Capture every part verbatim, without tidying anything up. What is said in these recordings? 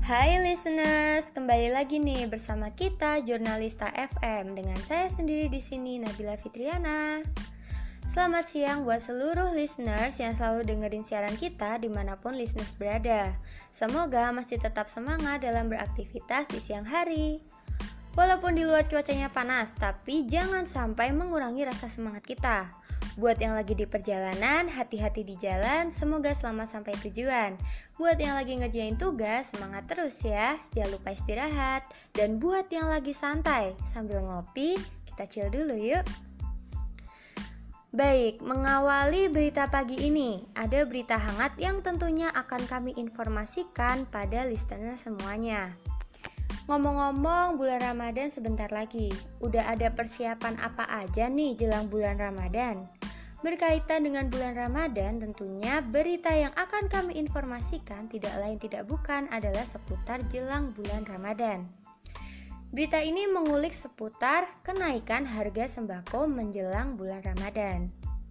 Hai listeners, kembali lagi nih bersama kita Jurnalista F M dengan saya sendiri di sini Nabila Fitriana. Selamat siang buat seluruh listeners yang selalu dengerin siaran kita dimanapun listeners berada. Semoga masih tetap semangat dalam beraktivitas di siang hari. Walaupun di luar cuacanya panas, tapi jangan sampai mengurangi rasa semangat kita. Buat yang lagi di perjalanan, hati-hati di jalan, semoga selamat sampai tujuan. Buat yang lagi ngerjain tugas, semangat terus ya, jangan lupa istirahat. Dan buat yang lagi santai, sambil ngopi, kita chill dulu yuk. Baik, mengawali berita pagi ini, ada berita hangat yang tentunya akan kami informasikan pada listener semuanya. Ngomong-ngomong, bulan Ramadan sebentar lagi. Udah ada persiapan apa aja nih jelang bulan Ramadan? Berkaitan dengan bulan Ramadan, tentunya berita yang akan kami informasikan tidak lain tidak bukan adalah seputar jelang bulan Ramadan. Berita ini mengulik seputar kenaikan harga sembako menjelang bulan Ramadan.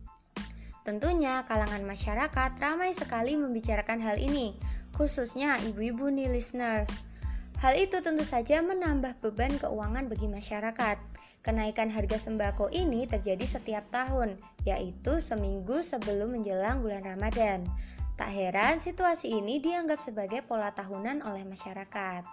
Tentunya kalangan masyarakat ramai sekali membicarakan hal ini, khususnya ibu-ibu nih listeners. Hal itu tentu saja menambah beban keuangan bagi masyarakat. Kenaikan harga sembako ini terjadi setiap tahun, yaitu seminggu sebelum menjelang bulan Ramadan. Tak heran situasi ini dianggap sebagai pola tahunan oleh masyarakat.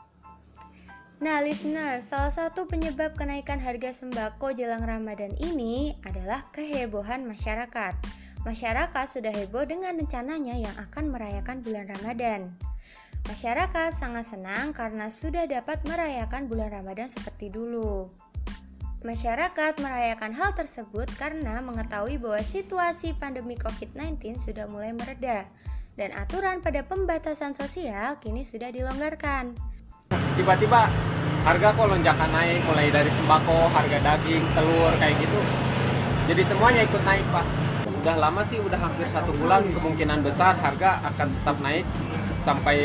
Nah listener, salah satu penyebab kenaikan harga sembako jelang Ramadan ini adalah kehebohan masyarakat. Masyarakat sudah heboh dengan rencananya yang akan merayakan bulan Ramadan. Masyarakat sangat senang karena sudah dapat merayakan bulan Ramadan seperti dulu. Masyarakat merayakan hal tersebut karena mengetahui bahwa situasi pandemi covid sembilan belas sudah mulai mereda dan aturan pada pembatasan sosial kini sudah dilonggarkan. Tiba-tiba harga kok lonjakan naik, mulai dari sembako, harga daging, telur, kayak gitu. Jadi semuanya ikut naik, Pak. Udah lama sih, udah hampir satu bulan, kemungkinan besar harga akan tetap naik sampai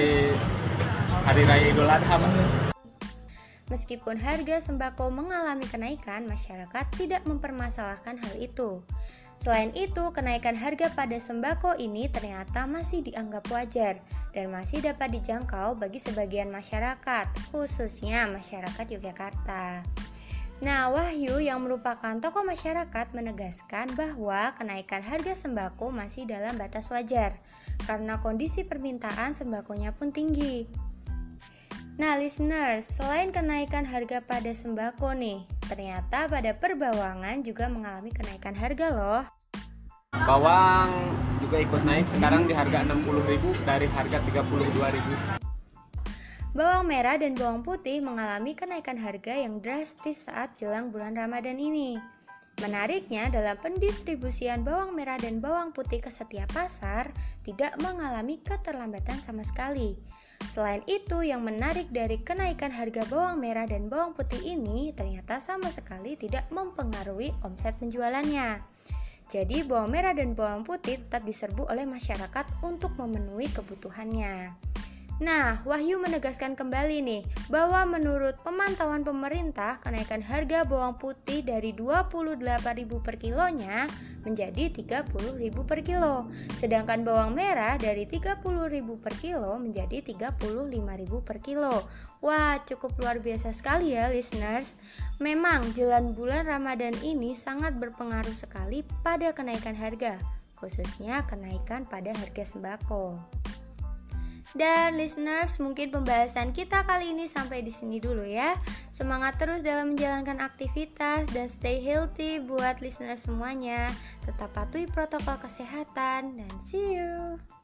Hari Raya Idul Adha, Pak. Meskipun harga sembako mengalami kenaikan, masyarakat tidak mempermasalahkan hal itu. Selain itu, kenaikan harga pada sembako ini ternyata masih dianggap wajar dan masih dapat dijangkau bagi sebagian masyarakat, khususnya masyarakat Yogyakarta. Nah, Wahyu yang merupakan tokoh masyarakat menegaskan bahwa kenaikan harga sembako masih dalam batas wajar karena kondisi permintaan sembakonya pun tinggi. Nah, listeners, selain kenaikan harga pada sembako nih, ternyata pada perbawangan juga mengalami kenaikan harga loh. Bawang juga ikut naik, sekarang di harga enam puluh ribu dari harga tiga puluh dua ribu. Bawang merah dan bawang putih mengalami kenaikan harga yang drastis saat jelang bulan Ramadan ini. Menariknya, dalam pendistribusian bawang merah dan bawang putih ke setiap pasar tidak mengalami keterlambatan sama sekali. Selain itu, yang menarik dari kenaikan harga bawang merah dan bawang putih ini ternyata sama sekali tidak mempengaruhi omset penjualannya. Jadi, bawang merah dan bawang putih tetap diserbu oleh masyarakat untuk memenuhi kebutuhannya. Nah, Wahyu menegaskan kembali nih bahwa menurut pemantauan pemerintah, kenaikan harga bawang putih dari dua puluh delapan ribu per kilonya menjadi tiga puluh ribu per kilo. Sedangkan bawang merah dari tiga puluh ribu per kilo menjadi tiga puluh lima ribu per kilo. Wah, cukup luar biasa sekali ya listeners. Memang jelang bulan Ramadan ini sangat berpengaruh sekali pada kenaikan harga, khususnya kenaikan pada harga sembako. Dan listeners, mungkin pembahasan kita kali ini sampai di sini dulu ya. Semangat terus dalam menjalankan aktivitas dan stay healthy buat listeners semuanya. Tetap patuhi protokol kesehatan dan see you.